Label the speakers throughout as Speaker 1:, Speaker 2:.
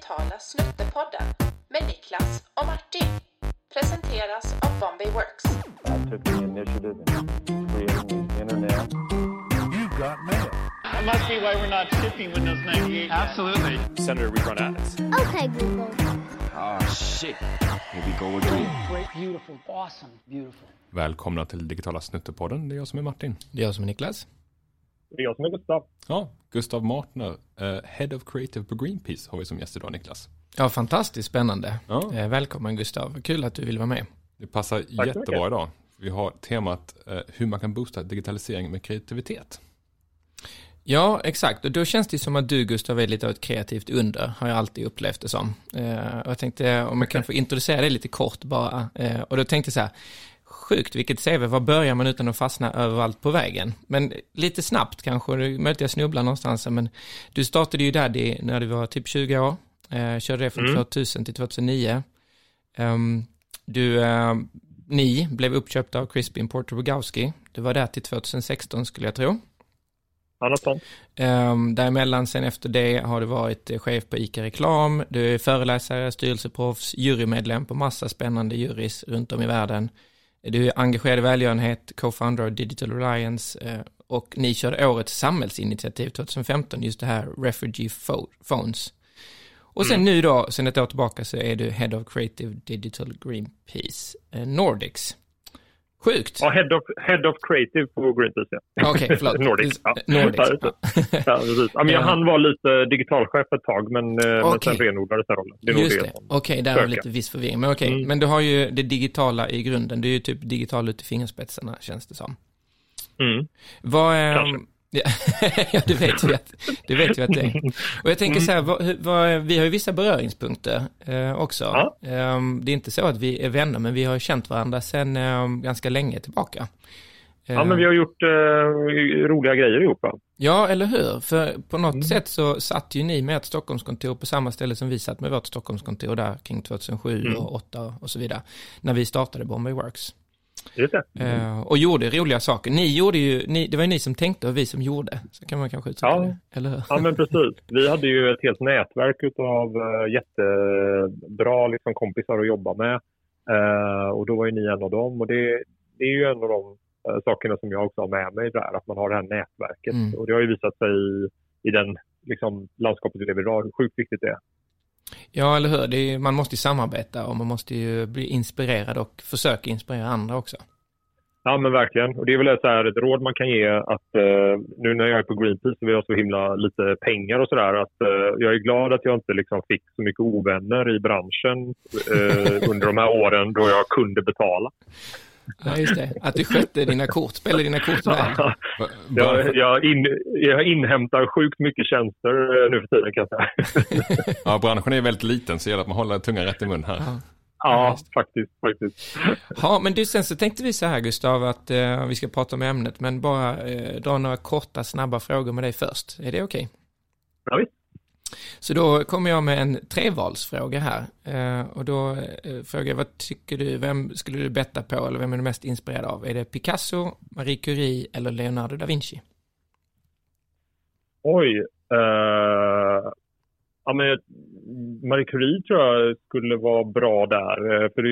Speaker 1: digitala Snuttepodden med Niklas och Martin. Presenteras av Bombay Works.
Speaker 2: I took the initiative in creating the internet.
Speaker 3: You got mail.
Speaker 4: That must be why we're not shipping Windows 98.
Speaker 5: Absolutely.
Speaker 6: Senator, we run ads.
Speaker 7: Okay, Google.
Speaker 5: Oh, shit. Here we go again.
Speaker 4: Great, beautiful, awesome, beautiful.
Speaker 6: Välkomna till digitala Snuttepodden. Det är jag som är Martin.
Speaker 8: Det är jag som är Niklas.
Speaker 9: Det är jag som är Gustav.
Speaker 6: Ja, Gustav Martner, Head of Creative på Greenpeace har vi som gäst idag, Niklas.
Speaker 8: Ja, fantastiskt spännande.
Speaker 6: Ja.
Speaker 8: Välkommen Gustav, kul att du vill vara med.
Speaker 6: Det passar jättebra idag. Vi har temat hur man kan boosta digitalisering med kreativitet.
Speaker 8: Ja, exakt. Och då känns det som att du, Gustav, är lite av ett kreativt under. Har jag alltid upplevt det som. Och jag tänkte om jag kan få introducera det lite kort bara. Och då tänkte jag så här, sjukt, vilket CV, var börjar man utan att fastna överallt på vägen? Men lite snabbt kanske, möjligt jag snubblar någonstans. Men du startade ju där när du var typ 20 år. Körde det från 2000 till 2009. Ni blev uppköpta av Crispin Porter Rogowski. Du var där till 2016 skulle jag tro. Däremellan sen efter det har du varit chef på ICA Reklam. Du är föreläsare, styrelseproffs, jurymedlem på massa spännande jurys runt om i världen. Du är engagerad i välgörenhet, co-founder av Digital Alliance och ni körde årets samhällsinitiativ 2015, just det här Refugee Phones. Och sen nu då, sen ett år tillbaka så är du Head of Creative Digital Greenpeace Nordics. Sjukt.
Speaker 9: Ja, head of Creative på Greenpeace. Ja.
Speaker 8: Okej, förlåt.
Speaker 9: Nordics. Ja.
Speaker 8: Nordics.
Speaker 9: Ja, precis. Ja, men han var lite digitalchef ett tag, men sen renodlades den rollen.
Speaker 8: Just det. Okej, där var lite viss förvirring. Men men du har ju det digitala i grunden. Du är ju typ digital ut i fingerspetsarna, känns det som. Vad är... Ja, det vet vi att det är. Och jag tänker så här, vi har ju vissa beröringspunkter också. Ja. Det är inte så att vi är vänner, men vi har känt varandra sedan ganska länge tillbaka.
Speaker 9: Ja, men vi har gjort roliga grejer ihop.
Speaker 8: Ja, eller hur? För på något sätt så satt ju ni med ett Stockholmskontor på samma ställe som vi satt med vårt Stockholmskontor där kring 2007 och 2008 och så vidare. När vi startade Bombay Works. Och gjorde roliga saker. Det var ju ni som tänkte och vi som gjorde. Så kan man kanske uttrycka det, eller hur?
Speaker 9: Ja, men precis. Vi hade ju ett helt nätverk av jättebra liksom, kompisar att jobba med. Och då var ju ni en av dem. Och det är ju en av de sakerna som jag också har med mig där. Att man har det här nätverket. Och det har ju visat sig i den liksom, landskapet vi lever idag. Hur sjukt viktigt det är.
Speaker 8: Ja, eller hur? Man måste ju samarbeta och man måste ju bli inspirerad och försöka inspirera andra också.
Speaker 9: Ja, men verkligen. Och det är väl så här ett råd man kan ge att nu när jag är på Greenpeace så vi har så himla lite pengar och sådär att jag är glad att jag inte liksom fick så mycket ovänner i branschen under de här åren då jag kunde betala.
Speaker 8: Ja, just det. Att du skötte dina kort, spelade dina kort väl.
Speaker 9: Jag inhämtar sjukt mycket tjänster nu för tiden kan jag säga.
Speaker 6: Ja, branschen är väldigt liten så gäller att man håller tungan rätt i mun här.
Speaker 9: Ja, faktiskt.
Speaker 8: Ja, men du, sen så tänkte vi så här Gustav att vi ska prata om ämnet men bara dra några korta, snabba frågor med dig först. Är det okej?
Speaker 9: Ja, visst.
Speaker 8: Så då kommer jag med en trevalsfråga här. Och då frågar jag, vad tycker du, vem skulle du betta på eller vem är du mest inspirerad av? Är det Picasso, Marie Curie eller Leonardo da Vinci?
Speaker 9: Oj. Ja, men Marie Curie tror jag skulle vara bra där. För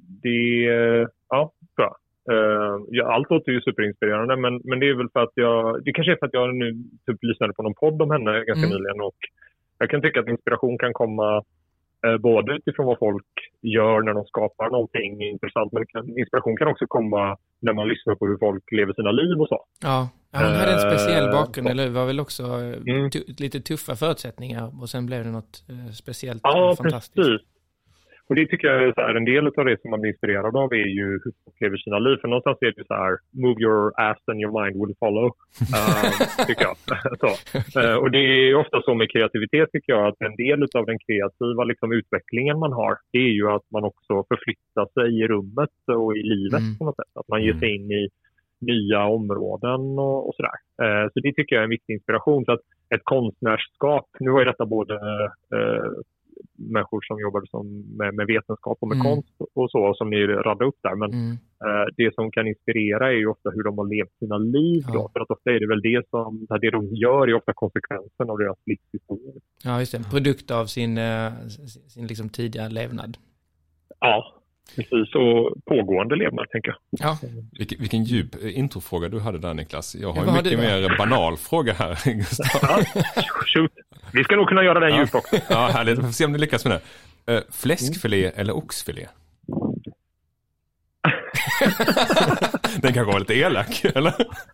Speaker 9: tror jag. Allt låter ju superinspirerande, men det är väl för att det kanske är för att jag nu typ lyssnade på någon podd om henne ganska nyligen och jag kan tycka att inspiration kan komma både utifrån vad folk gör när de skapar någonting intressant, men inspiration kan också komma när man lyssnar på hur folk lever sina liv och så.
Speaker 8: Ja, hon hade en speciell bakgrund, eller det var väl också lite tuffa förutsättningar och sen blev det något speciellt fantastiskt. Precis.
Speaker 9: Och det tycker jag är så här, en del av det som man blir inspirerad av är ju hur folk lever sina liv. För någonstans är det så här, move your ass and your mind will follow, tycker jag. Och det är ofta så med kreativitet tycker jag, att en del av den kreativa liksom, utvecklingen man har, det är ju att man också förflyttar sig i rummet och i livet på något sätt. Att man ger sig in i nya områden och sådär. Så det tycker jag är en viktig inspiration. Så att ett konstnärskap, nu var ju detta både människor som jobbar med vetenskap och med konst och så som ni radade upp där. Men det som kan inspirera är ju ofta hur de har levt sina liv. Då, för att ofta är det väl det de gör är ofta konsekvensen av deras livshistoria.
Speaker 8: Ja, just det. En produkt av sin liksom tidiga levnad.
Speaker 9: Ja, precis. Och pågående levnad, tänker jag.
Speaker 8: Ja.
Speaker 6: Vilken djup introfråga du hade där, Niklas. Jag har ju mycket mer banal fråga här, Gustav.
Speaker 9: Ja, shoot. Vi ska nog kunna göra den djup också.
Speaker 6: Ja, härligt. Vi får se om ni lyckas med det. Fläskfilé eller oxfilé? Den kanske var lite elak, eller?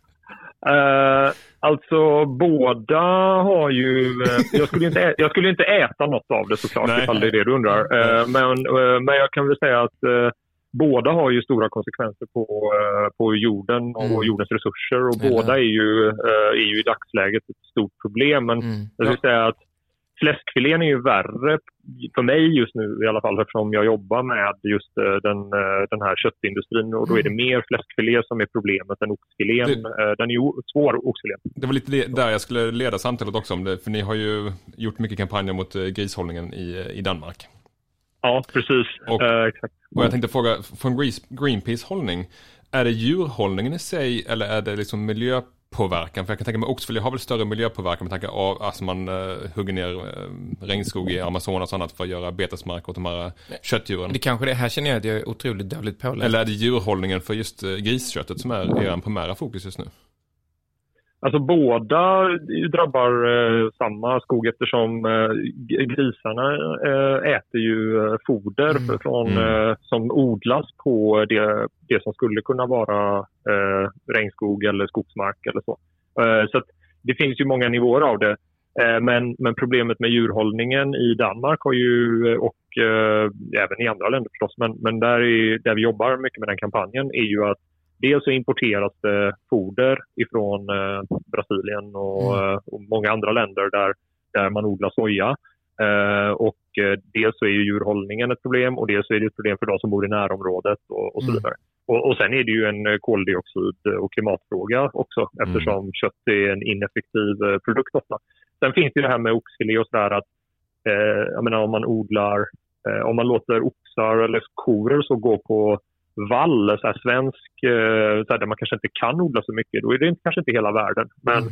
Speaker 9: Alltså båda har ju... Jag skulle inte äta något av det såklart, ifall det är det du undrar. Men jag kan väl säga att båda har ju stora konsekvenser på jorden och jordens resurser. Och båda är ju i dagsläget ett stort problem. Men jag vill säga att fläskfilén är ju värre för mig just nu i alla fall, eftersom jag jobbar med just den här köttindustrin, och då är det mer fläskfilé som är problemet än oxfilén. Den är ju svår, oxfilén. Det
Speaker 6: var lite där jag skulle leda samtalet också om det, för ni har ju gjort mycket kampanjer mot grishållningen i Danmark.
Speaker 9: Ja, precis. Exakt.
Speaker 6: Och jag tänkte fråga, från Greenpeace-hållning, är det djurhållningen i sig eller är det liksom miljöpåverkan? För jag kan tänka mig oxfilé har väl större miljöpåverkan med tanke av att man hugger ner regnskog i Amazonas och annat för att göra betesmark åt de här köttdjuren. Det
Speaker 8: kanske det här känner jag att jag är otroligt dåligt påläst.
Speaker 6: Eller är det djurhållningen för just grisköttet som är er primära fokus just nu?
Speaker 9: Alltså båda drabbar samma skog, eftersom grisarna äter ju foder som odlas på det som skulle kunna vara regnskog eller skogsmark eller så. Så att det finns ju många nivåer av det. Men problemet med djurhållningen i Danmark har ju, och även i andra länder förstås, men där vi jobbar mycket med den kampanjen är ju att dels så importeras det foder ifrån Brasilien och många andra länder där man odlar soja. Och dels så är ju djurhållningen ett problem, och dels så är det ett problem för de som bor i närområdet och så vidare. Och sen är det ju en koldioxid- och klimatfråga också, eftersom kött är en ineffektiv produkt ofta. Sen finns det här med oxfilé och sådär att jag menar, om man låter oxar eller korer så gå på vall, så här svensk, så här, där man kanske inte kan odla så mycket, då är det kanske inte hela världen.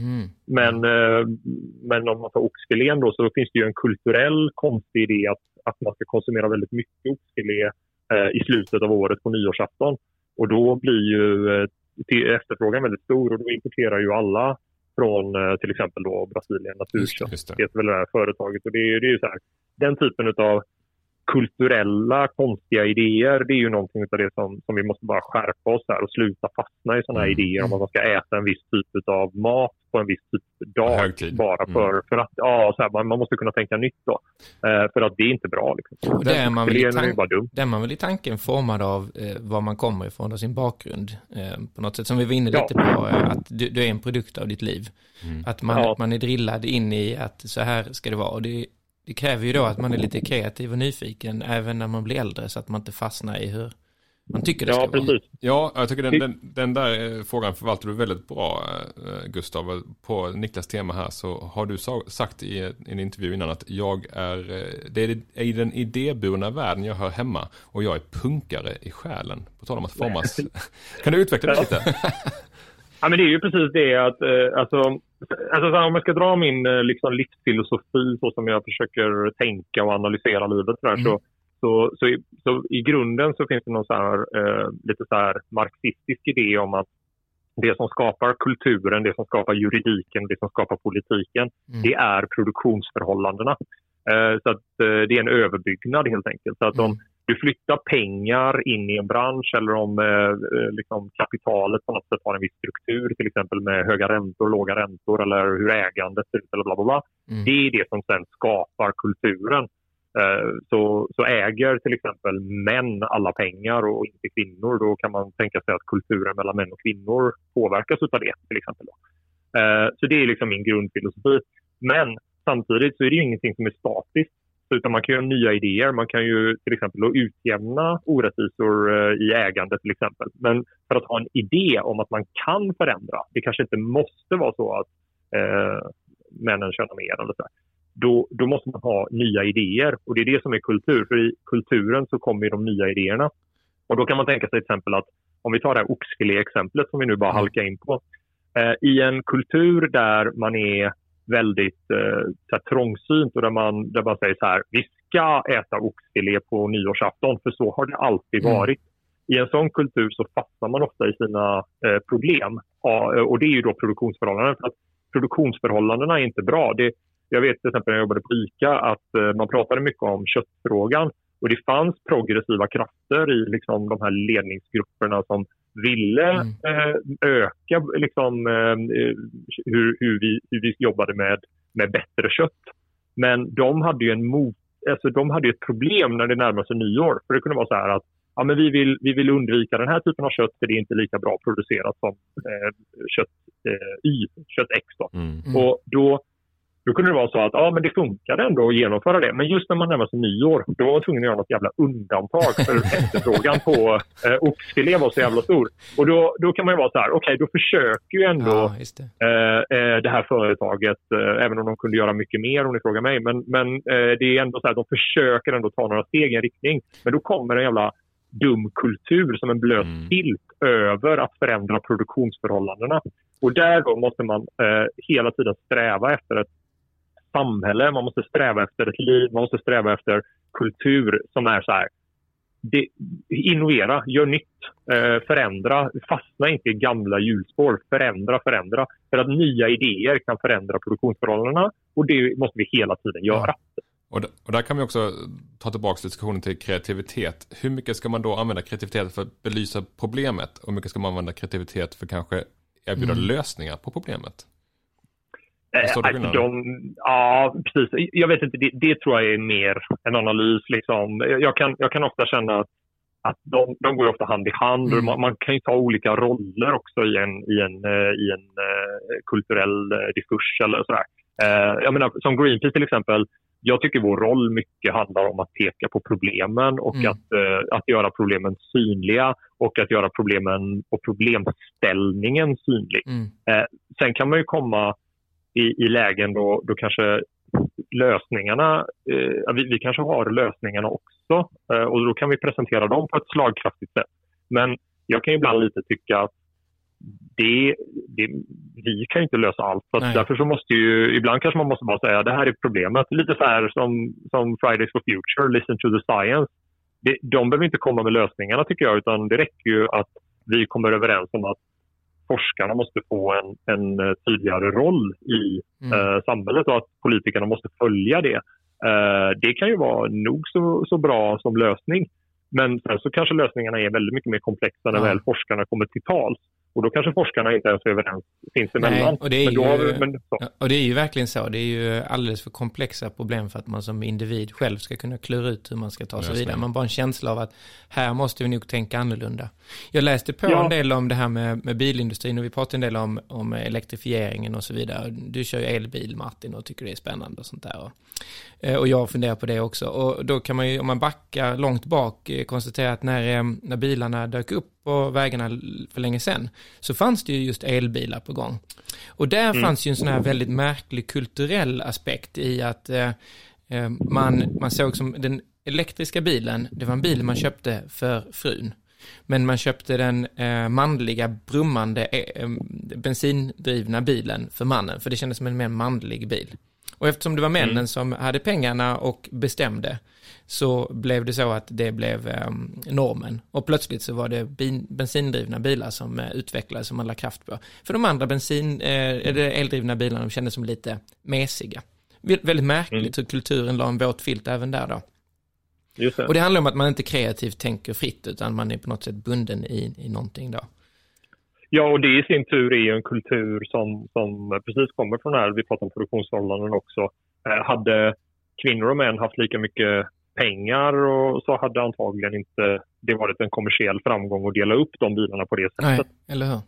Speaker 9: Men om man tar oxfilén då, så finns det ju en kulturell konstig idé att man ska konsumera väldigt mycket oxfilé i slutet av året på nyårsafton. Och då blir ju efterfrågan väldigt stor, och då importerar ju alla från till exempel då Brasilien naturkött. Det är väl det här företaget, och det är ju så här, den typen av kulturella konstiga idéer, det är ju någonting av det som vi måste bara skärpa oss här och sluta fastna i sådana här idéer om att man ska äta en viss typ av mat på en viss typ dag.
Speaker 6: Högtid.
Speaker 9: Bara för att så här, man måste kunna tänka nytt då. För att det är inte bra liksom.
Speaker 8: Och det är man väl i tanken formad av var man kommer ifrån och sin bakgrund på något sätt, som vi var inne lite på, att du är en produkt av ditt liv. Att man är drillad in i att så här ska det vara, och det kräver ju då att man är lite kreativ och nyfiken även när man blir äldre, så att man inte fastnar i hur man tycker det ska vara.
Speaker 6: Ja, jag tycker den där frågan förvaltar du väldigt bra, Gustav. På Niklas tema här så har du sagt i en intervju innan att det är i den idéburna världen jag hör hemma, och jag är punkare i själen. På tal om att formas. Kan du utveckla det lite?
Speaker 9: Ja, men det är ju precis det att alltså om jag ska dra min liksom livsfilosofi så som jag försöker tänka och analysera livet där, så i grunden så finns det någon så här lite så här marxistisk idé om att det som skapar kulturen, det som skapar juridiken, det som skapar politiken, det är produktionsförhållandena. Så att det är en överbyggnad helt enkelt. Så att om du flyttar pengar in i en bransch, eller om liksom kapitalet på något sätt har en viss struktur, till exempel med höga räntor, låga räntor, eller hur ägandet ser ut, eller bla bla bla. Det är det som sen skapar kulturen. Så äger till exempel män alla pengar och inte kvinnor, då kan man tänka sig att kulturen mellan män och kvinnor påverkas av det till exempel. Så det är liksom min grundfilosofi. Men samtidigt så är det ju ingenting som är statiskt. Utan man kan ju ha nya idéer. Man kan ju till exempel utjämna orättvisor i ägandet till exempel. Men för att ha en idé om att man kan förändra. Det kanske inte måste vara så att männen tjänar mer eller så. då måste man ha nya idéer. Och det är det som är kultur. För i kulturen så kommer de nya idéerna. Och då kan man tänka sig till exempel att om vi tar det här oxfilé-exemplet som vi nu bara halkar in på. I en kultur där man är väldigt så här, trångsynt och där man säger så här, vi ska äta oxfilé på nyårsafton för så har det alltid varit. I en sån kultur så fastnar man ofta i sina problem. Och det är ju då produktionsförhållanden. För att produktionsförhållandena är inte bra. Jag vet till exempel när jag jobbade på ICA att man pratade mycket om köttfrågan. Och det fanns progressiva krafter i liksom, de här ledningsgrupperna som ville öka liksom, hur vi jobbade med bättre kött. Men de hade ju de hade ett problem när det närmade sig nyår. För det kunde vara så här att ja, men vi vill undvika den här typen av kött för det är inte lika bra producerat som kött X. Och då kunde det vara så att ja, men det funkade ändå att genomföra det. Men just när man närmar sig nyår, då var man tvungen att göra något jävla undantag för efterfrågan på oxfilé var så jävla stor. Och då kan man ju vara så här, okej, då försöker ju ändå det här företaget, även om de kunde göra mycket mer om ni frågar mig. Men det är ändå så här, de försöker ändå ta några steg i en riktning. Men då kommer en jävla dum kultur som en blöt filt över att förändra produktionsförhållandena. Och där då måste man hela tiden sträva efter ett samhälle, man måste sträva efter ett liv, man måste sträva efter kultur som är så här. Innovera, gör nytt, förändra, fastna inte i gamla hjulspår, förändra. För att nya idéer kan förändra produktionsförhållandena och det måste vi hela tiden göra.
Speaker 6: Och där kan vi också ta tillbaka diskussionen till kreativitet. Hur mycket ska man då använda kreativitet för att belysa problemet? Och hur mycket ska man använda kreativitet för kanske erbjuda lösningar på problemet?
Speaker 9: Ja, precis. Jag vet inte, det tror jag är mer en analys. Liksom. Jag kan ofta känna att de går ofta hand i hand. Man kan ju ta olika roller också i en kulturell diskurs eller sådär. Jag menar, som Greenpeace till exempel, jag tycker vår roll mycket handlar om att peka på problemen och att göra problemen synliga och att göra problemen och problemställningen synlig. Sen kan man ju komma i lägen då kanske lösningarna, vi kanske har lösningarna också och då kan vi presentera dem på ett slagkraftigt sätt. Men jag kan ibland lite tycka att vi kan inte lösa allt. Så därför så måste ibland kanske man måste bara säga det här är problemet. Lite så här som Fridays for Future, listen to the science. De behöver inte komma med lösningarna tycker jag, utan det räcker ju att vi kommer överens om att forskarna måste få en tydligare roll i samhället och att politikerna måste följa det. Det kan ju vara nog så bra som lösning. Men sen så kanske lösningarna är väldigt mycket mer komplexa när väl forskarna kommer till tals. Och då kanske forskarna inte ens är överens sinsemellan.
Speaker 8: Och det är ju verkligen så. Det är ju alldeles för komplexa problem för att man som individ själv ska kunna klura ut hur man ska ta sig vidare. Man har bara en känsla av att här måste vi nog tänka annorlunda. Jag läste på en del om det här med bilindustrin och vi pratade en del om elektrifieringen och så vidare. Du kör ju elbil, Martin, och tycker det är spännande och sånt där. Och jag funderar på det också. Och då kan man ju, om man backar långt bak, konstatera att när bilarna dök upp på vägarna för länge sedan så fanns det ju just elbilar på gång. Och där fanns ju en sån här väldigt märklig kulturell aspekt i att man såg som den elektriska bilen, det var en bil man köpte för frun. Men man köpte den manliga, brummande bensindrivna bilen för mannen. För det kändes som en mer manlig bil. Och eftersom det var männen som hade pengarna och bestämde så blev det så att det blev normen. Och plötsligt så var det bensindrivna bilar som utvecklades som man la kraft på. För de andra eldrivna bilarna kändes som lite mesiga. Väldigt märkligt hur kulturen la en våt filt även där då.
Speaker 9: Just det.
Speaker 8: Och det handlar om att man inte kreativt tänker fritt utan man är på något sätt bunden i någonting då.
Speaker 9: Ja, och det i sin tur är ju en kultur som precis kommer från här, vi pratar om produktionsförhållanden också. Hade kvinnor och män haft lika mycket pengar och så hade antagligen inte det varit en kommersiell framgång att dela upp de bilarna på det sättet.
Speaker 8: Nej, eller hur?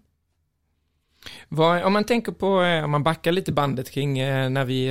Speaker 8: Om man tänker på, om man backar lite bandet kring när vi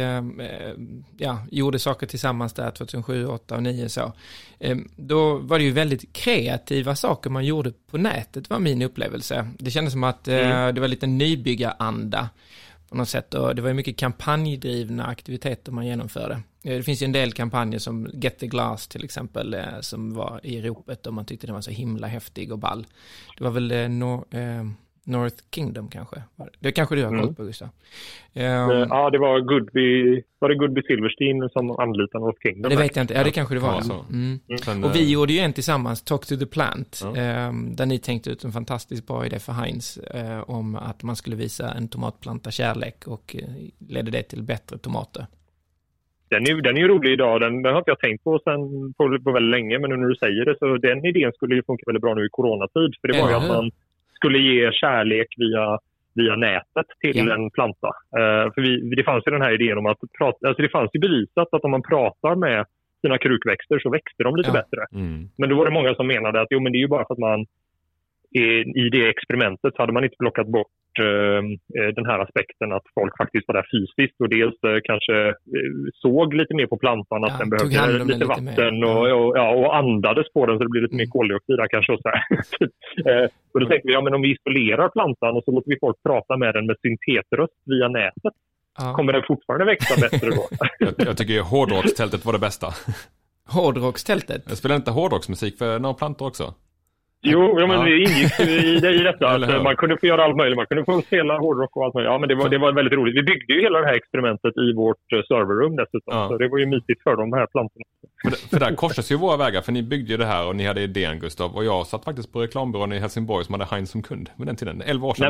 Speaker 8: gjorde saker tillsammans där 2007, 2008 och 2009 så. Då var det ju väldigt kreativa saker man gjorde på nätet var min upplevelse. Det kändes som att det var lite nybyggaranda på något sätt. Och det var ju mycket kampanjdrivna aktiviteter man genomförde. Det finns ju en del kampanjer som Get the Glass till exempel, som var i ropet och man tyckte det var så himla häftig och ball. Det var väl North Kingdom kanske. Det kanske du har koll på, Gustav.
Speaker 9: Ja, det var Goodby Silverstein som anlitade North Kingdom.
Speaker 8: Det vet jag inte. Ja, det kanske det var. Och vi gjorde ju en tillsammans, Talk to the Plant, där ni tänkte ut en fantastiskt bra idé för Heinz om att man skulle visa en tomatplanta kärlek och ledde det till bättre tomater.
Speaker 9: Den är ju rolig idag. Den har inte jag tänkt på sen på väldigt länge, men nu när du säger det så den idén skulle ju funka väldigt bra nu i coronatid. För det var ju att man skulle ge kärlek via nätet till en planta. För det fanns ju den här idén om att det fanns ju bevisat att om man pratar med sina krukväxter så växer de lite bättre. Men då var det många som menade att men det är ju bara för att man i det experimentet hade man inte plockat bort den här aspekten att folk faktiskt var där fysiskt och dels kanske såg lite mer på plantan att den behövde lite vatten och andades på den så det blir lite mer koldioxid där kanske. Och och då tänkte vi, men om vi isolerar plantan och så låter vi folk prata med den med syntetröst via nätet, kommer den fortfarande växa bättre då?
Speaker 6: Jag tycker hårdrockstältet var det bästa.
Speaker 8: Hårdrockstältet?
Speaker 6: Jag spelar inte hårdrocksmusik för några plantor också.
Speaker 9: Jo, men det ingick i detta att man kunde få göra allt möjligt. Man kunde få spela hårdrock och allt möjligt. Ja, men det var väldigt roligt. Vi byggde ju hela det här experimentet i vårt serverrum dessutom. Så det var ju mysigt för de här plantorna.
Speaker 6: För där korsas ju våra vägar. För ni byggde ju det här och ni hade idén, Gustav. Och jag satt faktiskt på reklambyrån i Helsingborg som hade Heinz som kund med den tiden. 11 år sedan.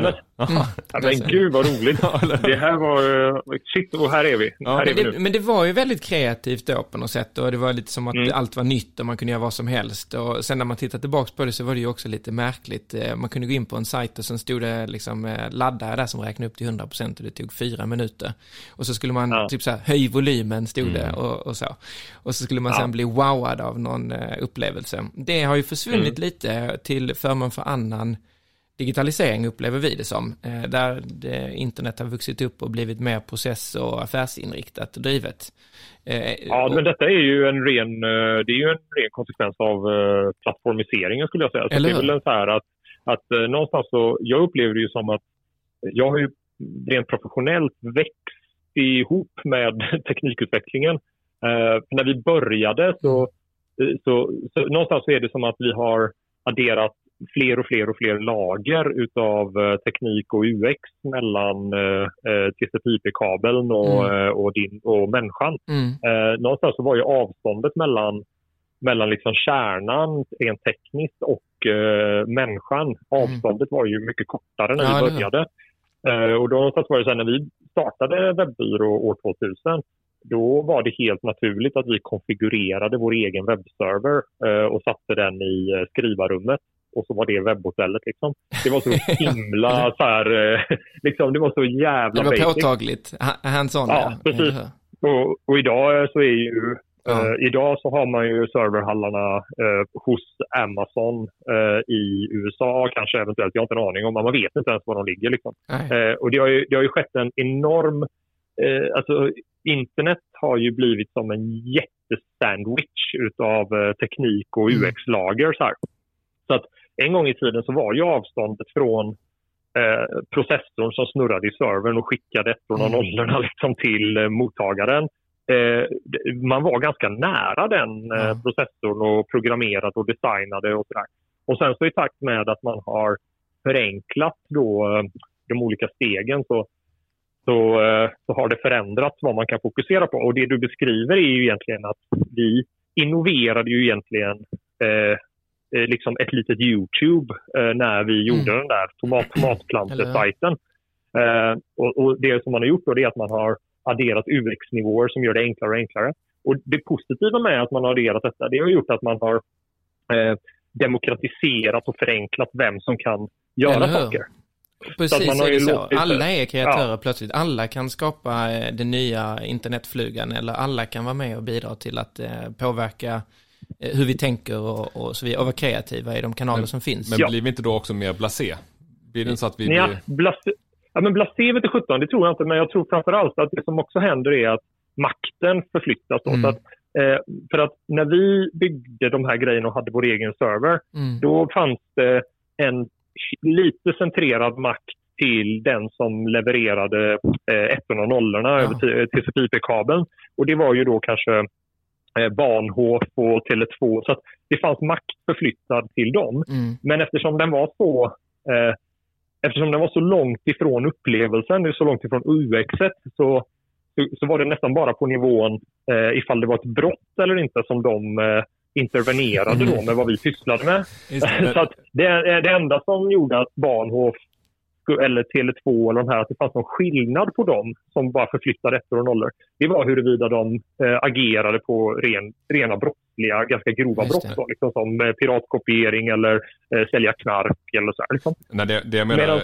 Speaker 9: Men gud vad roligt. Det här var... Shit, och här är vi.
Speaker 8: Men det var ju väldigt kreativt då på något sätt. Och det var lite som att allt var nytt och man kunde göra vad som helst. Och sen när man tittar tillbaka på det så var det ju också lite märkligt. Man kunde gå in på en sajt och sen stod det liksom laddare där som räknade upp till 100% och det tog 4 minuter. Och så skulle man typ så här, höj volymen stod det och så. Och så skulle man sen bli wowad av någon upplevelse. Det har ju försvunnit lite till förmån för annan digitalisering upplever vi det som. Där internet har vuxit upp och blivit mer process- och affärsinriktat och drivet.
Speaker 9: Men detta är ju en ren konsekvens av plattformiseringen skulle jag säga. Så det är väl så här att någonstans så, jag upplever det ju som att jag har ju rent professionellt växt ihop med teknikutvecklingen. När vi började så någonstans så är det som att vi har adderat fler och fler lager utav teknik och UX mellan TCP/IP-kabeln och människan. Någonstans så var ju avståndet mellan liksom kärnan rent tekniskt och människan. Avståndet var ju mycket kortare när vi började. Och då någonstans var det så här, när vi startade Webbyrå år 2000, då var det helt naturligt att vi konfigurerade vår egen webbserver och satte den i skrivarrummet. Och så var det webbhotellet liksom. Det var så himla så här, liksom, det var så jävla basic.
Speaker 8: Det var påtagligt, hands-on.
Speaker 9: Ja, precis. Och idag så är ju idag så har man ju serverhallarna hos Amazon i USA, kanske eventuellt, jag har inte en aning om, man vet inte ens var de ligger liksom. Och det har ju skett en enorm alltså internet har ju blivit som en jättesandwich utav teknik och UX-lager så här. Så att en gång i tiden så var ju avståndet från processorn som snurrade i servern och skickade ettorna och nollorna liksom till mottagaren. Man var ganska nära den processorn och programmerade och designade och sådär. Och sen så i takt med att man har förenklat då de olika stegen så har det förändrats vad man kan fokusera på. Och det du beskriver är ju egentligen att vi innoverade ju egentligen liksom ett litet YouTube när vi gjorde den där tomatplantesajten. Och det som man har gjort då är att man har adderat UX-nivåer som gör det enklare och enklare. Och det positiva med att man har adderat detta, det har gjort att man har demokratiserat och förenklat vem som kan göra saker.
Speaker 8: Precis, så är det så. Alla är kreatörer plötsligt. Alla kan skapa den nya internetflugan eller alla kan vara med och bidra till att påverka hur vi tänker och så vidare, och vara kreativa i de kanaler som finns.
Speaker 6: Men blir vi inte då också mer blasé? Blir det så att vi
Speaker 9: men blasé vet du 17, det tror jag inte, men jag tror framförallt att det som också händer är att makten förflyttas. Så att, för att när vi byggde de här grejerna och hade vår egen server, då fanns det en lite centrerad makt till den som levererade ettorna och nollorna över till TCP/IP-kabeln. Och det var ju då kanske Bahnhof och Tele2, så att det fanns makt förflyttad till dem. Men eftersom den var så långt ifrån upplevelsen, så långt ifrån UX:et, så var det nästan bara på nivån ifall det var ett brott eller inte som de intervenerade då med vad vi pysslade med. Så att det enda som gjorde att Bahnhof eller Tele2 eller de här, att det fanns någon skillnad på dem som bara förflyttade ettor och nollor, det var huruvida de agerade på rena brottsliga, ganska grova brott då, liksom, som piratkopiering eller sälja knark eller så här, liksom.
Speaker 6: Nej, det jag menar...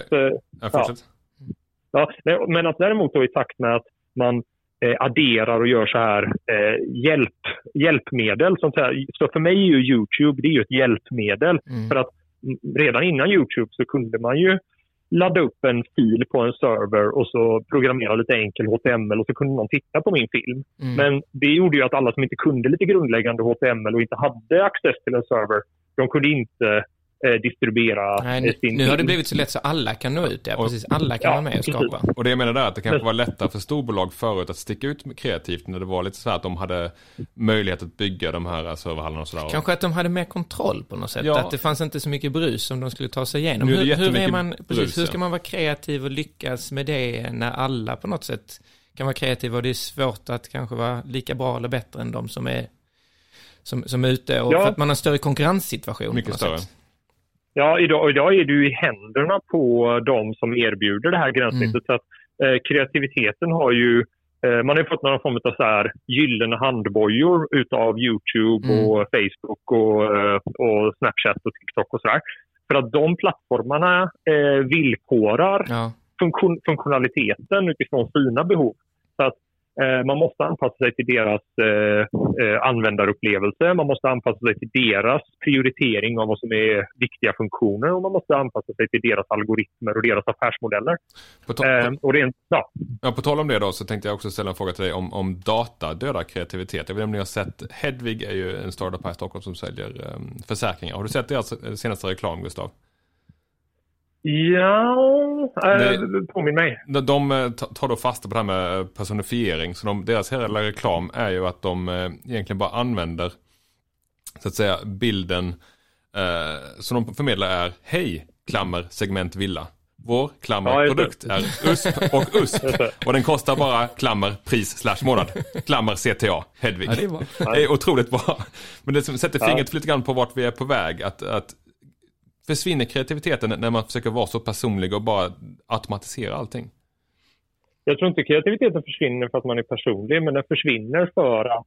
Speaker 9: Men att däremot då i takt med att man adderar och gör så här hjälpmedel. Sånt här. Så för mig är ju YouTube, det är ju ett hjälpmedel. För att redan innan YouTube så kunde man ju ladda upp en fil på en server och så programmera lite enkel HTML och så kunde någon titta på min film. Men det gjorde ju att alla som inte kunde lite grundläggande HTML och inte hade access till en server, de kunde inte distribuera sin film.
Speaker 8: Nu har det blivit så lätt så alla kan nå ut. Precis, alla kan vara med och skapa.
Speaker 6: Och det jag menar där att det kanske var lättare för storbolag förut att sticka ut kreativt när det var lite så här att de hade möjlighet att bygga de här serverhallarna och sådär.
Speaker 8: Kanske att de hade mer kontroll på något sätt. Att det fanns inte så mycket brus som de skulle ta sig igenom.
Speaker 6: Hur
Speaker 8: ska man vara kreativ och lyckas med det när alla på något sätt kan vara kreativa, och det är svårt att kanske vara lika bra eller bättre än de som är ute, och för att man har en större konkurrenssituation.
Speaker 6: Mycket större.
Speaker 9: Sätt. Ja, idag är du i händerna på de som erbjuder det här gränssnittet. Så att kreativiteten har ju... man har ju fått någon form av så här gyllene handbojor utav YouTube och Facebook och Snapchat och TikTok och sådär. För att de plattformarna villkorar funktionaliteten utifrån sina behov. Så att man måste anpassa sig till deras användarupplevelse, man måste anpassa sig till deras prioritering av vad som är viktiga funktioner, och man måste anpassa sig till deras algoritmer och deras affärsmodeller.
Speaker 6: På tal om det då, så tänkte jag också ställa en fråga till dig om data dödar kreativitet. Jag vet inte om ni har sett, Hedvig är ju en startup här i Stockholm som säljer försäkringar. Har du sett deras senaste reklam, Gustav?
Speaker 9: Ja, påminn mig.
Speaker 6: De tar då fasta på det här med personifiering. Så deras hela reklam är ju att de egentligen bara använder, så att säga, bilden som de förmedlar är: hej, klammer, segment villa. Vår klammer produkt är USP och USP. Och den kostar bara klammer, pris / månad. Klammer CTA, Hedvig. Det är otroligt bra. Men det sätter fingret lite grann på vart vi är på väg. Att försvinner kreativiteten när man försöker vara så personlig och bara automatisera allting?
Speaker 9: Jag tror inte kreativiteten försvinner för att man är personlig, men den försvinner för att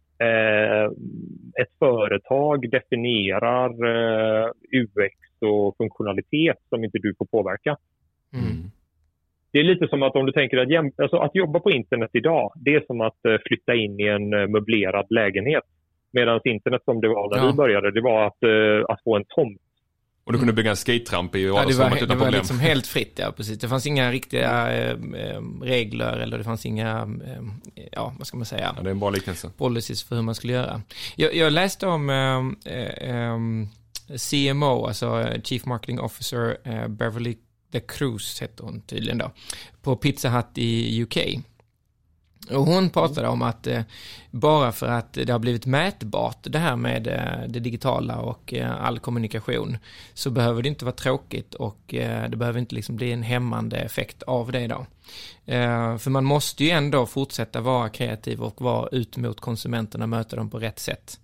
Speaker 9: ett företag definierar UX och funktionalitet som inte du får påverka. Det är lite som att om du tänker att jobba på internet idag, det är som att flytta in i en möblerad lägenhet. Medan internet som det var när vi började, det var att få en tomt.
Speaker 6: Och du kunde bygga en skate-tramp i
Speaker 8: det var liksom helt fritt, precis. Det fanns inga riktiga regler, eller det fanns inga, vad ska man säga?
Speaker 6: Det är en bra liknelse.
Speaker 8: Policies för hur man skulle göra. Jag läste om CMO, alltså Chief Marketing Officer, Beverly de Cruz heter hon tydligen då, på Pizza Hut i UK. Och hon pratade om att bara för att det har blivit mätbart det här med det digitala och all kommunikation, så behöver det inte vara tråkigt, och det behöver inte liksom bli en hämmande effekt av det då. För man måste ju ändå fortsätta vara kreativ och vara ut mot konsumenterna och möta dem på rätt sätt.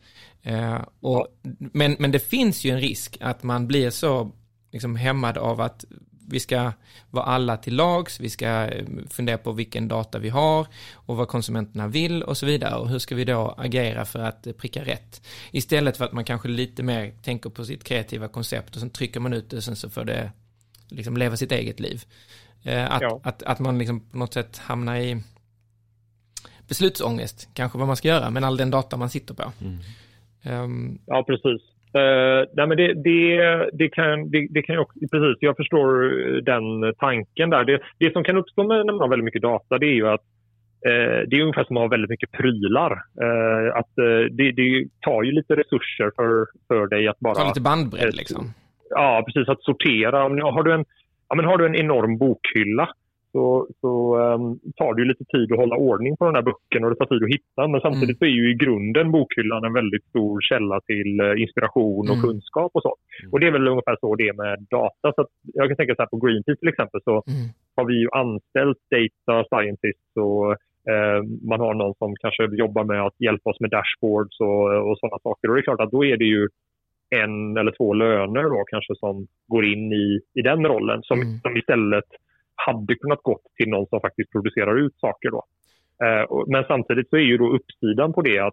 Speaker 8: Men det finns ju en risk att man blir så liksom hämmad av att vi ska vara alla till lags, vi ska fundera på vilken data vi har och vad konsumenterna vill och så vidare. Och hur ska vi då agera för att pricka rätt? Istället för att man kanske lite mer tänker på sitt kreativa koncept och sen trycker man ut det och sen så får det liksom leva sitt eget liv. Att man liksom på något sätt hamnar i beslutsångest, kanske vad man ska göra, men all den data man sitter på.
Speaker 9: Ja, precis. Nej, men det kan ju också, precis, jag förstår den tanken där. Det som kan uppstå när man har väldigt mycket data, det är ju att det är ungefär som att ha väldigt mycket prylar. Att det tar ju lite resurser för dig att bara...
Speaker 8: Ta lite bandbredd liksom.
Speaker 9: Ja, precis, att sortera. men har du en enorm bokhylla så tar det ju lite tid att hålla ordning på den här boken och det tar tid att hitta. Men samtidigt så är ju i grunden bokhyllan en väldigt stor källa till inspiration och kunskap och så. Och det är väl ungefär så det är med data. Så att jag kan tänka så här på Greenpeace till exempel så har vi ju anställt data scientists och man har någon som kanske jobbar med att hjälpa oss med dashboards och sådana saker. Och det är klart att då är det ju 1 eller 2 löner då kanske som går in i den rollen som istället hade kunnat gått till någon som faktiskt producerar ut saker då. Men samtidigt så är ju då uppsidan på det att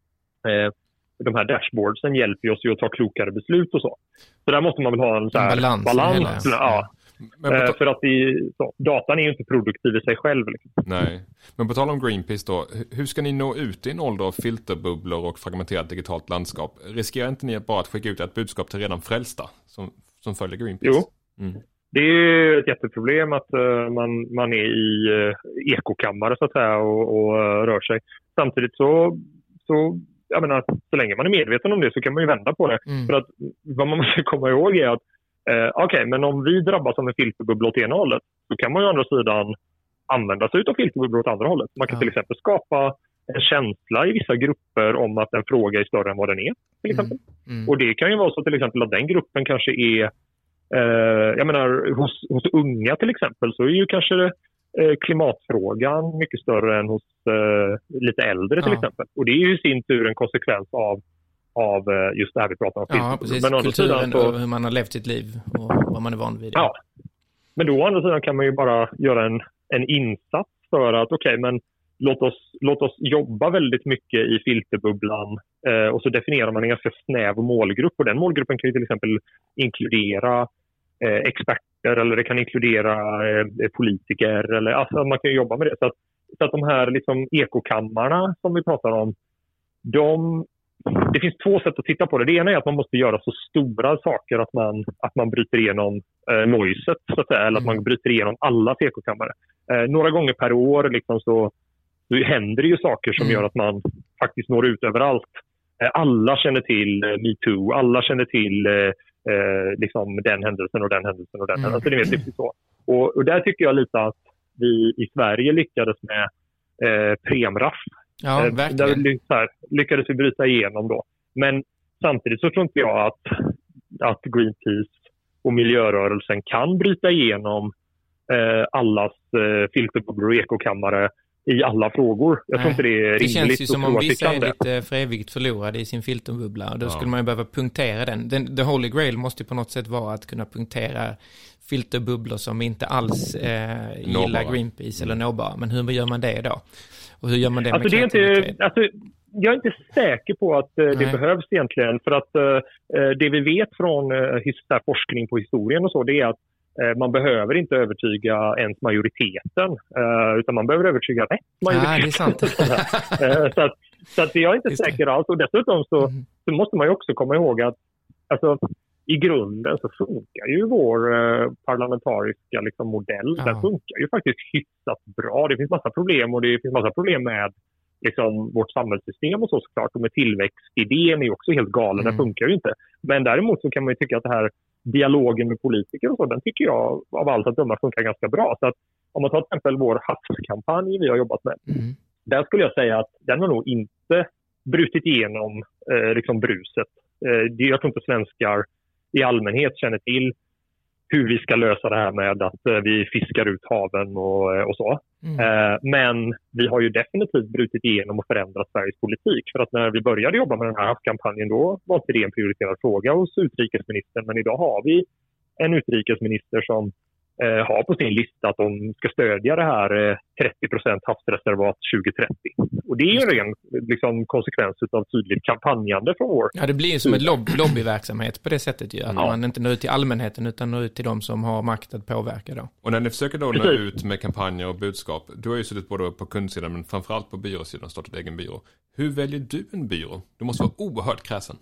Speaker 9: de här dashboardsen hjälper oss ju att ta klokare beslut och så. Så där måste man väl ha en så här balans. Ja. För att datan är ju inte produktiv i sig själv. Liksom.
Speaker 6: Nej, men på tal om Greenpeace då, hur ska ni nå ut i en ålder av filterbubblor och fragmenterat digitalt landskap? Riskerar inte ni bara att skicka ut ett budskap till redan frälsta som följer Greenpeace?
Speaker 9: Jo. Det är ett jätteproblem att man är i ekokammare så att säga och rör sig. Samtidigt så jag menar, så länge man är medveten om det så kan man ju vända på det. För att vad man måste komma ihåg är att okej, men om vi drabbas av en filterbubbla åt ena hållet så kan man ju å andra sidan använda sig av filterbubblor åt andra hållet. Man kan till exempel skapa en känsla i vissa grupper om att en fråga är större än vad den är till exempel. Och det kan ju vara så till exempel att den gruppen kanske är jag menar, hos unga till exempel så är ju kanske klimatfrågan mycket större än hos lite äldre till exempel. Och det är ju i sin tur en konsekvens av just det här vi pratar om.
Speaker 8: Ja, precis. Men kulturen och hur man har levt sitt liv och vad man är van vid.
Speaker 9: Ja, men då å andra sidan kan man ju bara göra en insats för att okej, men låt oss jobba väldigt mycket i filterbubblan och så definierar man en ganska snäv målgrupp och den målgruppen kan ju till exempel inkludera experter eller det kan inkludera politiker eller alltså man kan ju jobba med det så att de här liksom ekokammarna som vi pratar om det finns 2 sätt att titta på det. Det ena är att man måste göra så stora saker att man bryter igenom noiset så att säga, eller att man bryter igenom alla ekokammare. Några gånger per år liksom så händer det ju saker som gör att man faktiskt når ut överallt. Alla känner till MeToo, alla känner till liksom den händelsen och den händelsen och den händelsen. Alltså det är typ så. Och där tycker jag lite att vi i Sverige lyckades med Premraff.
Speaker 8: Ja, verkligen.
Speaker 9: Där lyckades vi bryta igenom då. Men samtidigt så tror inte jag att Greenpeace och miljörörelsen kan bryta igenom allas filterbubblor och ekokammare i alla frågor. Jag tror inte det är rimligt.
Speaker 8: Det känns ju som om vissa är lite för evigt förlorade i sin filterbubbla. Då skulle man ju behöva punktera den. The Holy Grail måste ju på något sätt vara att kunna punktera filterbubblor som inte alls gillar Greenpeace eller nåbara. Men hur gör man det då? Och hur gör man det med kreativitet?
Speaker 9: Jag är inte säker på att det behövs egentligen. För att det vi vet från forskning på historien och så, det är att man behöver inte övertyga ens majoriteten utan man behöver övertyga rätt majoritet.
Speaker 8: Ja, det är sant.
Speaker 9: så att jag är inte säker alls. Och dessutom så måste man ju också komma ihåg att alltså, i grunden så funkar ju vår parlamentariska liksom, modell. Den funkar ju faktiskt hyfsat bra. Det finns massa problem och det finns massa problem med liksom, vårt samhällssystem och så såklart. Och med tillväxtidén är ju också helt galen. Den funkar ju inte. Men däremot så kan man ju tycka att det här dialogen med politiker och så, den tycker jag av allt att döma funkar ganska bra. Så att om man tar till exempel vår havskampanj vi har jobbat med, där skulle jag säga att den har nog inte brutit igenom liksom bruset. Jag tror inte svenskar i allmänhet känner till hur vi ska lösa det här med att vi fiskar ut haven och så. Men vi har ju definitivt brutit igenom och förändrat Sveriges politik. För att när vi började jobba med den här kampanjen då var inte det en prioriterad fråga hos utrikesministern. Men idag har vi en utrikesminister som har på sin lista att de ska stödja det här 30% havsreservat 2030. Och det är ju en ren liksom, konsekvens av tydligt kampanjande från vår.
Speaker 8: Ja, det blir som en lobbyverksamhet på det sättet ju. Att man inte når ut till allmänheten utan når ut till de som har makt att påverka då.
Speaker 6: Och när ni försöker då nå ut med kampanjer och budskap, du har ju suttit både på kundsidan men framförallt på byråsidan och startat egen byrå. Hur väljer du en byrå? Du måste vara oerhört kräsen.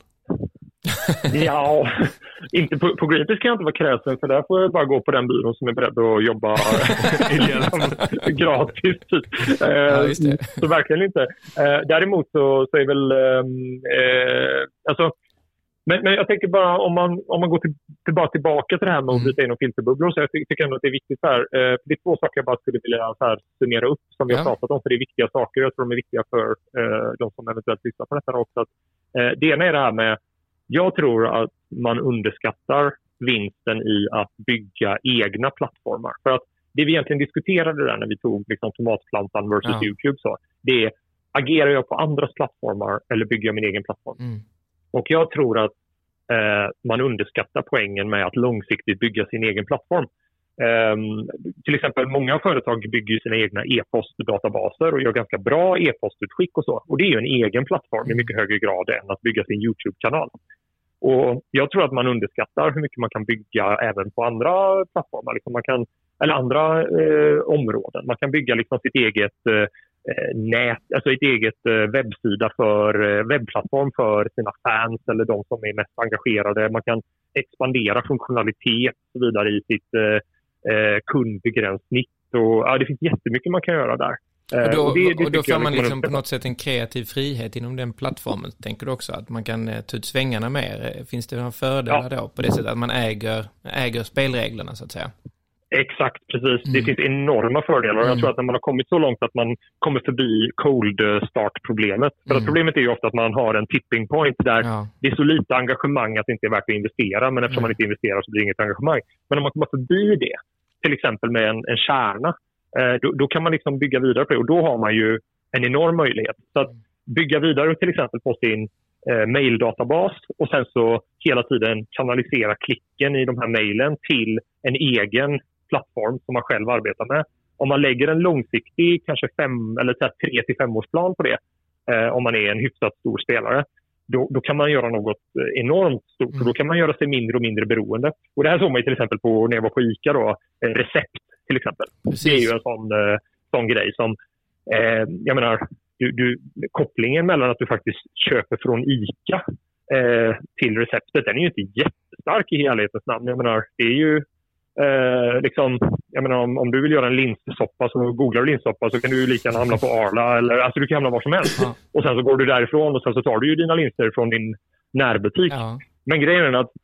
Speaker 9: Ja, inte på Greenpeace kan jag inte vara kräsen för där får jag bara gå på den byrån som är beredd att jobba gratis. Så verkligen inte. Däremot så är väl alltså Men jag tänker bara om man går tillbaka till det här med att bryta in och filterbubblor, så jag tycker ändå att det är viktigt här. Det är två saker jag bara skulle vilja så här summera upp som vi har pratat om, för det är viktiga saker. Jag tror de är viktiga för de som eventuellt lyssnar på detta också. Det ena är det här med, jag tror att man underskattar vinsten i att bygga egna plattformar. För att det vi egentligen diskuterade där när vi tog liksom tomatplantan versus YouTube, så det är, agerar jag på andras plattformar eller bygger jag min egen plattform? Och jag tror att man underskattar poängen med att långsiktigt bygga sin egen plattform. Till exempel många företag bygger sina egna e-postdatabaser och gör ganska bra e-postutskick och så. Och det är ju en egen plattform i mycket högre grad än att bygga sin YouTube-kanal. Och jag tror att man underskattar hur mycket man kan bygga även på andra plattformar. Liksom eller andra områden. Man kan bygga liksom sitt eget nät, alltså ett eget webbsida för webbplattform för sina fans eller de som är mest engagerade. Man kan expandera funktionalitet och så vidare i sitt kundbegränsnitt. Och, det finns jättemycket man kan göra där.
Speaker 8: Och då får man liksom på något sätt en kreativ frihet inom den plattformen. Tänker du också att man kan ta ut svängarna mer? Finns det några fördelar då på det sättet att man äger spelreglerna så att säga?
Speaker 9: Exakt, precis. Det finns enorma fördelar. Jag tror att när man har kommit så långt att man kommer förbi cold start-problemet. För att problemet är ju ofta att man har en tipping point där det är så lite engagemang att det inte är värt att investera. Men eftersom man inte investerar så blir det inget engagemang. Men om man kommer förbi det, till exempel med en kärna, då kan man liksom bygga vidare på det. Och då har man ju en enorm möjlighet. Så att bygga vidare till exempel på sin maildatabas och sen så hela tiden kanalisera klicken i de här mailen till en egen plattform som man själv arbetar med. Om man lägger en långsiktig kanske 5 eller 3 till 5 årsplan på det, om man är en hyfsat stor spelare, då kan man göra något enormt stort. Och då kan man göra sig mindre och mindre beroende. Och det här såg man till exempel på när jag var på ICA då, recept till exempel. Precis. Det är ju en sån grej som jag menar, kopplingen mellan att du faktiskt köper från ICA till receptet, den är ju inte jättestark i helhetens namn. Jag menar, det är ju liksom, jag menar, om du vill göra en linssoppa så googlar du linssoppa så kan du lika gärna hamna på Arla eller alltså du kan hamna var som helst. Och sen så går du därifrån och sen så tar du ju dina linser från din närbutik. Men grejen är att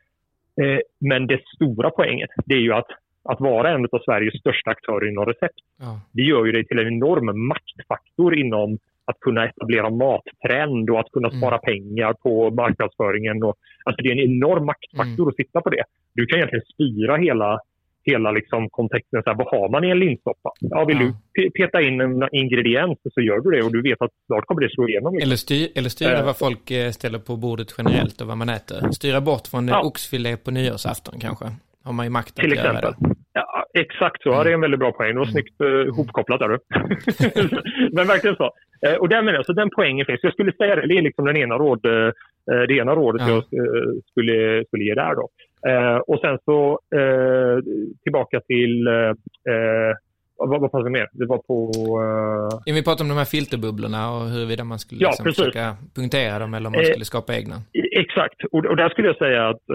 Speaker 9: men det stora poängen, det är ju att vara en av Sveriges största aktörer inom recept. Det gör ju dig till en enorm maktfaktor inom att kunna etablera mattrend och att kunna spara pengar på marknadsföringen. Och, alltså det är en enorm maktfaktor att sitta på det. Du kan egentligen styra hela liksom kontexten. Så här, vad har man i en linssoppa? Vill du peta in en ingrediens så gör du det och du vet att snart kommer det slå igenom.
Speaker 8: Eller styra vad folk ställer på bordet generellt och vad man äter. Styra bort från oxfilé på nyårsafton kanske. Har man ju makt att göra det.
Speaker 9: Ja, exakt så. Det är en väldigt bra poäng. Det var snyggt hopkopplat där. Men verkligen så. Och där menar jag, så den poängen finns. Jag skulle säga det är liksom det ena rådet jag skulle ge där då. Och sen så tillbaka till vad passar mer? Det var på...
Speaker 8: Vi pratade om de här filterbubblorna och huruvida man skulle liksom försöka punktera dem eller om man skulle skapa egna.
Speaker 9: Exakt. Och där skulle jag säga att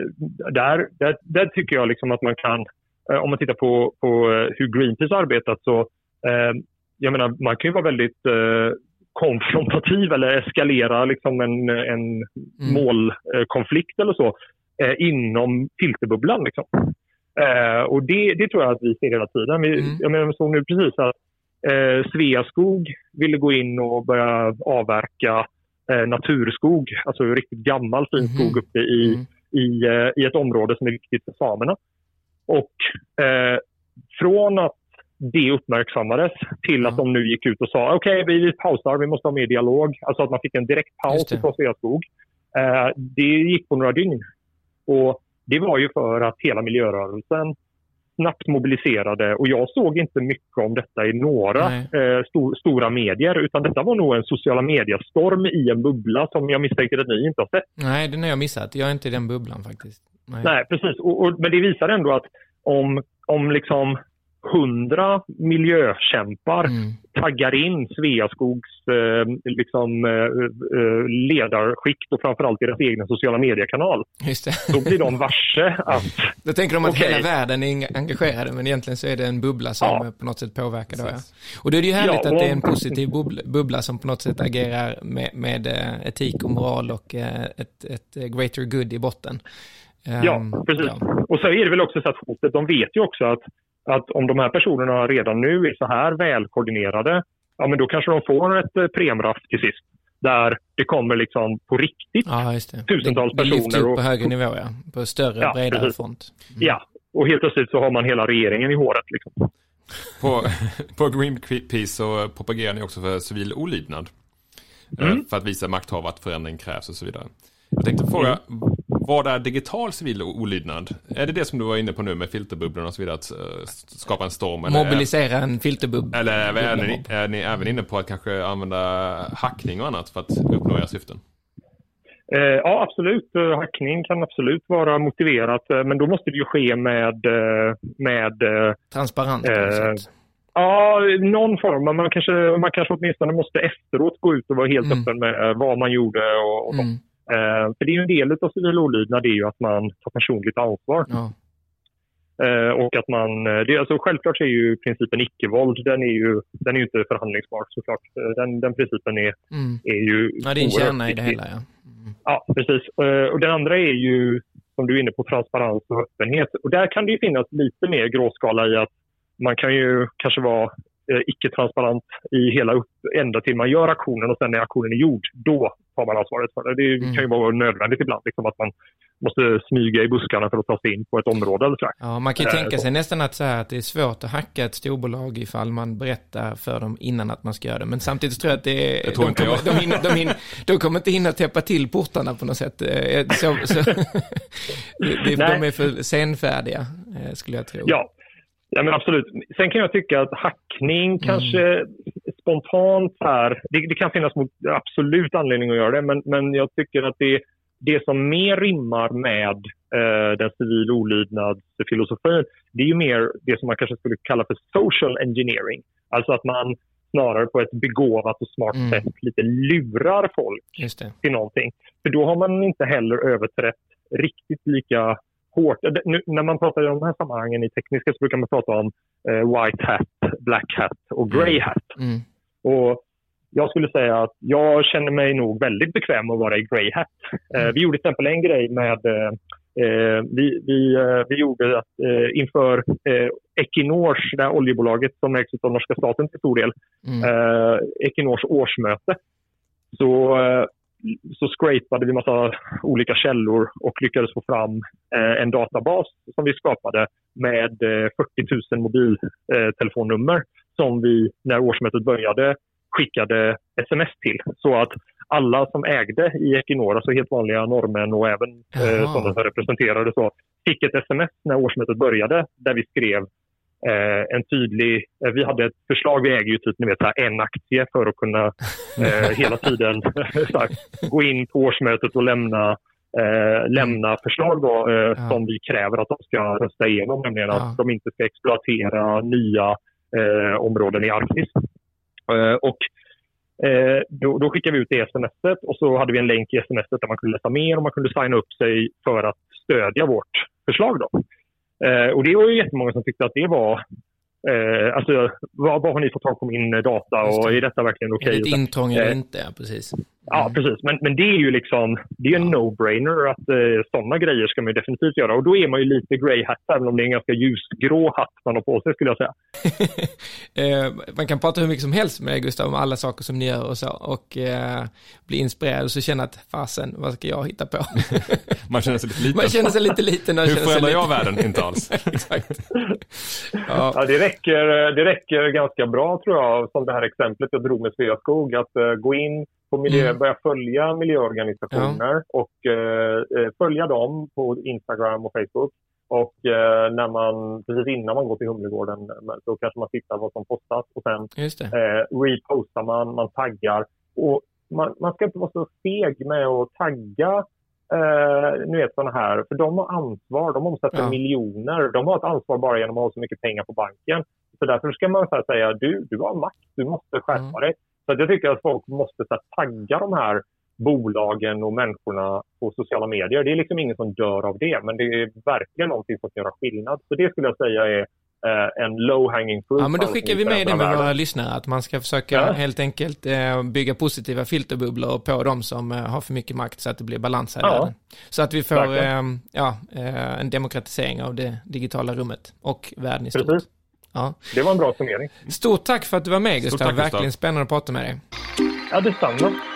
Speaker 9: där tycker jag liksom att man kan, om man tittar på hur Greenpeace arbetat så jag menar, man kan ju vara väldigt konfrontativ eller eskalera liksom en målkonflikt eller så inom filterbubblan liksom. Och det tror jag att vi ser hela tiden. Jag menar, så nu precis att Sveaskog ville gå in och börja avverka naturskog, alltså riktigt gammal fin skog uppe i ett område som är viktigt för samerna. Och från att det uppmärksammades till att de nu gick ut och sa okej, vi pausar, vi måste ha mer dialog. Alltså att man fick en direkt paus på Sveaskog. Det gick på några dygn. Och det var ju för att hela miljörörelsen snabbt mobiliserade. Och jag såg inte mycket om detta i några stora medier. Utan detta var nog en sociala mediestorm i en bubbla som jag misstänker att ni inte har sett.
Speaker 8: Nej, den har jag missat. Jag är inte i den bubblan faktiskt.
Speaker 9: Nej precis. Men det visar ändå att om 100 miljökämpar taggar in Sveaskogs ledarskikt och framförallt deras egna sociala mediekanal.
Speaker 8: Just det.
Speaker 9: Då blir de varse att...
Speaker 8: Då tänker de att hela världen är engagerade, men egentligen så är det en bubbla som på något sätt påverkar då. Ja. Och då är det ju härligt att det är en positiv bubbla som på något sätt agerar med etik och moral och ett greater good i botten.
Speaker 9: Ja, precis. Ja. Och så är det väl också så att hotet, de vet ju också att om de här personerna redan nu är så här välkoordinerade, ja men då kanske de får ett premraff till sist. Där det kommer liksom på riktigt tusentals personer. Det lyfts upp på högre nivå, på större, bredare front.
Speaker 8: Ja,
Speaker 9: och helt plötsligt så har man hela regeringen i håret. Liksom.
Speaker 6: På Greenpeace så propagerar ni också för civil olydnad. För att visa makthavare att förändring krävs och så vidare. Jag tänkte fråga, vad är digital civil olydnad? Är det som du var inne på nu med filterbubblorna och så vidare, att skapa en storm?
Speaker 8: Mobilisera en filterbubbla.
Speaker 6: Eller är ni även inne på att kanske använda hackning och annat för att uppnå era syften?
Speaker 9: Ja, absolut. Hackning kan absolut vara motiverat, men då måste det ju ske med
Speaker 8: transparent.
Speaker 9: Ja, någon form. Man kanske åtminstone måste efteråt gå ut och vara helt öppen med vad man gjorde och för det är ju en del av civil olydnad, det är ju att man tar personligt ansvar. Ja. Och att man, alltså självklart är ju principen icke-våld, den är ju inte förhandlingsbar såklart. Den principen är ju...
Speaker 8: Ja, det är en kärna i det hela, ja.
Speaker 9: Ja, precis. Och den andra är ju, som du är inne på, transparens och öppenhet. Och där kan det ju finnas lite mer gråskala i att man kan ju kanske vara icke-transparent i hela ända till man gör aktionen, och sen när aktionen är gjord, då tar man ansvaret för det. Det kan ju vara nödvändigt ibland, liksom, att man måste smyga i buskarna för att ta sig in på ett område eller så.
Speaker 8: Ja, man kan ju tänka sig nästan att det är svårt att hacka ett storbolag ifall man berättar för dem innan att man ska göra det. Men samtidigt tror jag att de kommer inte hinna täppa till portarna på något sätt. De är för senfärdiga, skulle jag tro.
Speaker 9: Ja, men absolut. Sen kan jag tycka att hackning kanske spontant här, det kan finnas absolut anledning att göra det, men jag tycker att det som mer rimmar med den civil olydnadsfilosofin, det är ju mer det som man kanske skulle kalla för social engineering. Alltså att man snarare på ett begåvat och smart sätt lite lurar folk till någonting. För då har man inte heller överträtt riktigt lika hårt. Nu, när man pratar om de här sammanhangen i tekniska så brukar man prata om white hat, black hat och grey hat. Och jag skulle säga att jag känner mig nog väldigt bekväm att vara i grey hat. Vi gjorde till exempel en grej med vi gjorde att inför Equinors, det här oljebolaget som ägs av norska staten till stor del, Equinors årsmöte, så scrapade vi massa olika källor och lyckades få fram en databas som vi skapade med 40 000 mobiltelefonnummer som vi när årsmötet började skickade sms till. Så att alla som ägde i Equinor, alltså helt vanliga norrmän och även sådana som representerade så, fick ett sms när årsmötet började där vi skrev en tydlig, vi hade ett förslag, vi äger ju typ en aktie för att kunna hela tiden gå in på årsmötet och lämna förslag då, som vi kräver att de ska rösta igenom, nämligen att de inte ska exploatera nya områden i Arktis. Och då skickade vi ut det smset och så hade vi en länk i smset där man kunde läsa mer och man kunde signa upp sig för att stödja vårt förslag då. Och det var ju jättemånga som tyckte att det var alltså, vad har ni fått tag på min data och är detta verkligen okej?
Speaker 8: Är det ett intrång eller inte? Ja, precis.
Speaker 9: Ja, precis. Men det är ju liksom, det är en no-brainer att sådana grejer ska man ju definitivt göra. Och då är man ju lite grey hat, även om det är en ganska ljusgrå hatt man har på sig, skulle jag säga.
Speaker 8: Man kan prata hur mycket som helst med Gustav om alla saker som ni gör och så. Och bli inspirerad och så känna att fasen, vad ska jag hitta på?
Speaker 6: Man känner sig lite liten.
Speaker 8: Man känner sig lite liten.
Speaker 6: Hur förändrar jag världen? Inte alls.
Speaker 8: Exakt.
Speaker 9: Ja, det räcker ganska bra, tror jag, som det här exemplet jag drog med Sveaskog, att gå in på börja följa miljöorganisationer och följa dem på Instagram och Facebook. Och när man, precis innan man går till Humlegården, så kanske man tittar vad som postas och sen repostar man taggar. Och man ska inte vara så feg med att tagga nu vet sådana här, för de har ansvar, de omsätter miljoner, de har ett ansvar bara genom att ha så mycket pengar på banken. Så därför ska man så här säga, du har makt, du måste skärpa dig. Så att jag tycker att folk måste så här, tagga de här bolagen och människorna på sociala medier. Det är liksom ingen som dör av det, men det är verkligen någonting som kan göra skillnad. Så det skulle jag säga är en low-hanging fruit.
Speaker 8: Ja, men då skickar vi med det med våra lyssnare, att man ska försöka helt enkelt bygga positiva filterbubblor på de som har för mycket makt, så att det blir balans här i världen. Så att vi får en demokratisering av det digitala rummet och världen i stort.
Speaker 9: Precis.
Speaker 8: Ja.
Speaker 9: Det var en bra summering.
Speaker 8: Stort tack för att du var med, Gustav. Verkligen spännande att prata med dig.
Speaker 9: Ja, detsamma.